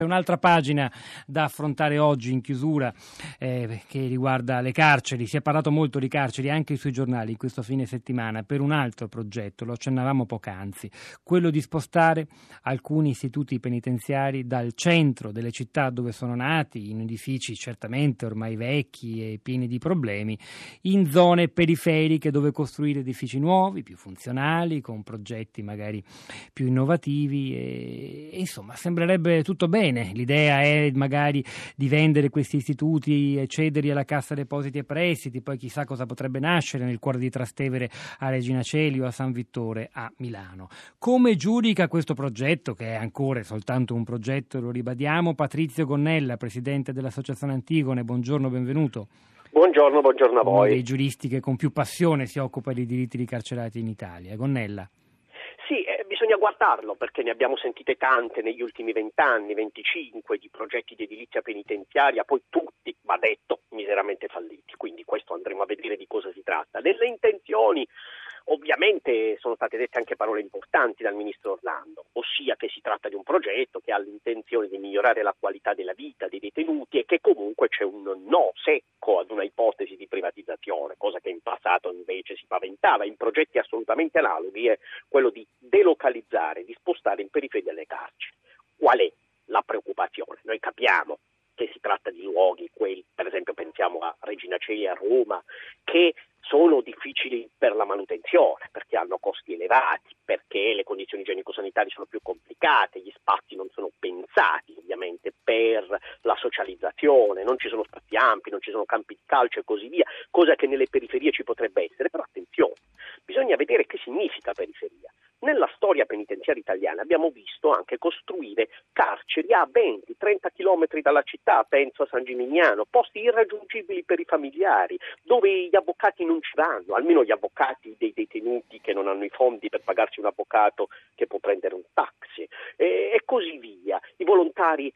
Un'altra pagina da affrontare oggi in chiusura che riguarda le carceri. Si è parlato molto di carceri anche sui giornali in questo fine settimana per un altro progetto, lo accennavamo poc'anzi, quello di spostare alcuni istituti penitenziari dal centro delle città dove sono nati, in edifici certamente ormai vecchi e pieni di problemi, in zone periferiche dove costruire edifici nuovi, più funzionali, con progetti magari più innovativi e insomma sembrerebbe tutto bene. L'idea è magari di vendere questi istituti e cederli alla Cassa Depositi e Prestiti, poi chissà cosa potrebbe nascere nel cuore di Trastevere a Regina Coeli o a San Vittore a Milano. Come giudica questo progetto, che è ancora soltanto un progetto, lo ribadiamo, Patrizio Gonnella, presidente dell'Associazione Antigone? Buongiorno, benvenuto. Buongiorno a voi. Uno dei giuristi che con più passione si occupa dei diritti dei carcerati in Italia. Gonnella. Sì, bisogna guardarlo perché ne abbiamo sentite tante negli ultimi 20 anni, 25 di progetti di edilizia penitenziaria, poi tutti, va detto, miseramente falliti. Quindi questo andremo a vedere di cosa si tratta. Delle intenzioni ovviamente sono state dette anche parole importanti dal ministro Orlando, ossia che si tratta di un progetto che ha l'intenzione di migliorare la qualità della vita dei detenuti e che comunque c'è un no secco ad una ipotesi di privatizzazione, cosa che in passato invece si paventava. In progetti assolutamente analoghi è quello di delocalizzare, di spostare in periferia le carceri. Qual è la preoccupazione? Noi capiamo che si tratta di luoghi, per esempio pensiamo a Regina Coeli a Roma, che sono difficili per la manutenzione, perché hanno costi elevati, perché le condizioni igienico-sanitarie sono più complicate, gli spazi non sono pensati ovviamente per la socializzazione, non ci sono spazi ampi, non ci sono campi di calcio e così via, cosa che nelle periferie ci potrebbe essere. Però attenzione, bisogna vedere che significa periferia. Nella storia penitenziaria italiana abbiamo visto anche costruire carceri a 20-30 chilometri dalla città, penso a San Gimignano, posti irraggiungibili per i familiari, dove gli avvocati non ci vanno, almeno gli avvocati dei detenuti che non hanno i fondi per pagarsi un avvocato che può prendere un taxi e così via. I volontari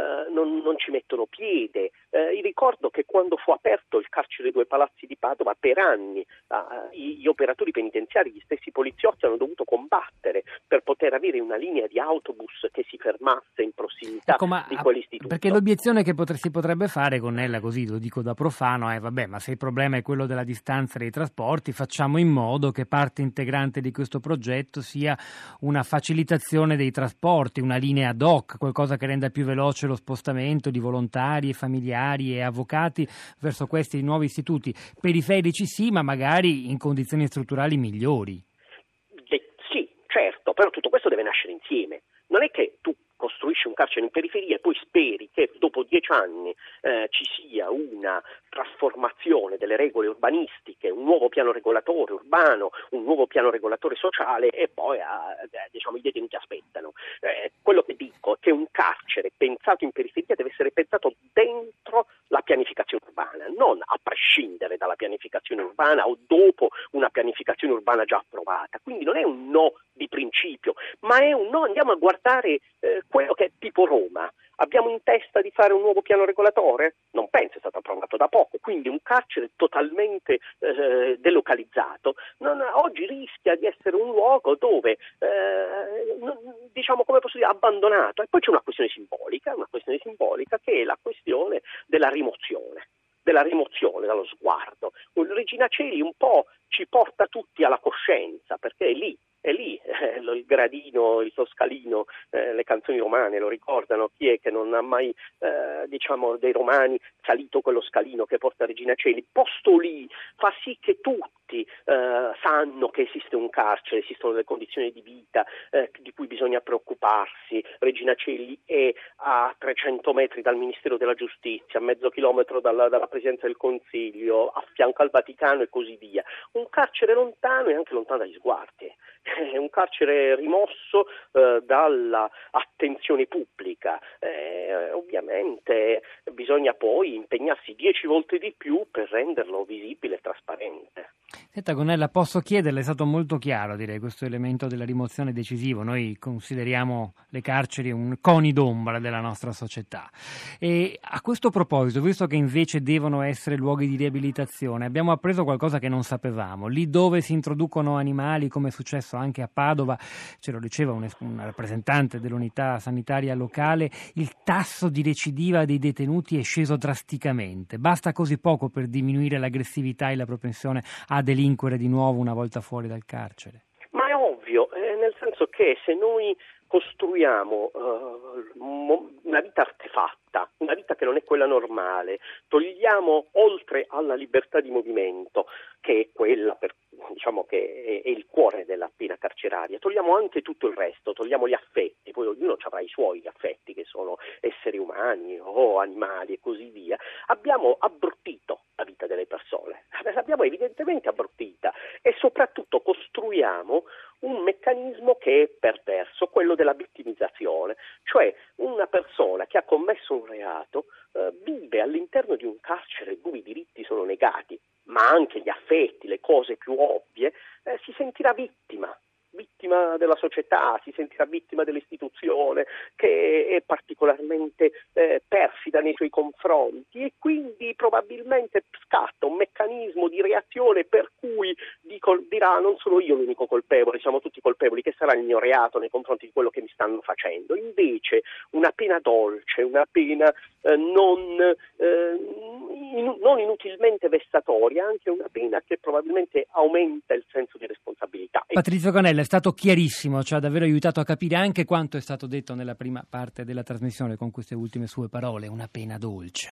non ci mettono piede. Ricordo che quando fu aperto il carcere Due Palazzi di Padova, per anni gli operatori penitenziari, gli stessi poliziotti hanno dovuto combattere per poter avere una linea di autobus che si fermasse in prossimità di quell'istituto. Perché l'obiezione che si potrebbe fare, Gonnella, così lo dico da profano, è vabbè, ma se il problema è quello della distanza dei trasporti, facciamo in modo che parte integrante di questo progetto sia una facilitazione dei trasporti, una linea ad hoc, qualcosa che renda più veloce lo spostamento di volontari e familiari e avvocati verso questi nuovi istituti periferici, sì, ma magari in condizioni strutturali migliori. Sì, certo, però tutto questo deve nascere insieme. Non è che tu costruisci un carcere in periferia e poi speri che dopo 10 anni ci sia una trasformazione delle regole urbanistiche, un nuovo piano regolatore urbano, un nuovo piano regolatore sociale e poi i detenuti aspettano. Quello che dico è che un carcere pensato in periferia deve essere pensato dentro la pianificazione urbana, non a prescindere dalla pianificazione urbana o dopo una pianificazione urbana già approvata. Quindi non è un no di principio, ma è un no, andiamo a guardare quello che è tipo Roma. Abbiamo in testa di fare un nuovo piano regolatore? Non penso, è stato approvato da poco, quindi un carcere totalmente delocalizzato oggi rischia di essere un luogo dove, come posso dire, abbandonato. E poi c'è una questione simbolica che è la questione della rimozione dallo sguardo. Regina Coeli un po' ci porta tutti alla coscienza, perché è lì il gradino, il scalino, le canzoni romane lo ricordano. Chi è che non ha mai dei romani salito quello scalino che porta Regina Coeli? Posto lì fa sì che tutti sanno che esiste un carcere, esistono delle condizioni di vita di cui bisogna preoccuparsi. Regina Coeli è a 300 metri dal Ministero della Giustizia, a mezzo chilometro dalla Presidenza del Consiglio, a fianco al Vaticano e così via. Un carcere lontano e anche lontano dagli sguardi. È un carcere rimosso dalla attenzione pubblica. Ovviamente bisogna poi impegnarsi 10 volte di più per renderlo visibile e trasparente. Senta Gonella, posso chiederle, è stato molto chiaro, direi, questo elemento della rimozione decisivo. Noi consideriamo le carceri un coni d'ombra della nostra società. E a questo proposito, visto che invece devono essere luoghi di riabilitazione, abbiamo appreso qualcosa che non sapevamo. Lì dove si introducono animali, come è successo anche a Padova, ce lo diceva un rappresentante dell'unità sanitaria locale, il tasso di recidiva dei detenuti è sceso drasticamente. Basta così poco per diminuire l'aggressività e la propensione a delinquere di nuovo una volta fuori dal carcere? Ma è ovvio, nel senso che se noi costruiamo una vita artefatta, una vita che non è quella normale, togliamo oltre alla libertà di movimento, che è quella che è il cuore della pena carceraria, togliamo anche tutto il resto, togliamo gli affetti, poi ognuno avrà i suoi affetti che sono esseri umani o animali e così via. Abbiamo abbrutito la vita delle persone, l'abbiamo evidentemente abbrutita e soprattutto costruiamo un meccanismo che è perverso, quello della vittimizzazione, cioè una persona che ha commesso un reato vive all'interno di un carcere dove i diritti sono negati, ma anche gli affetti, le cose più ovvie, si sentirà vittima della società, si sentirà vittima dell'istituzione che è particolarmente perfida nei suoi confronti e quindi probabilmente scatta un meccanismo di reazione per cui dirà non sono io l'unico colpevole, siamo tutti colpevoli, che sarà il mio reato nei confronti di quello che mi stanno facendo. Invece una pena dolce, una pena non inutilmente vessatoria, anche una pena che probabilmente aumenta il senso di responsabilità. Patrizio Gonella, è stato chiarissimo, ci ha davvero aiutato a capire anche quanto è stato detto nella prima parte della trasmissione con queste ultime sue parole, una pena dolce.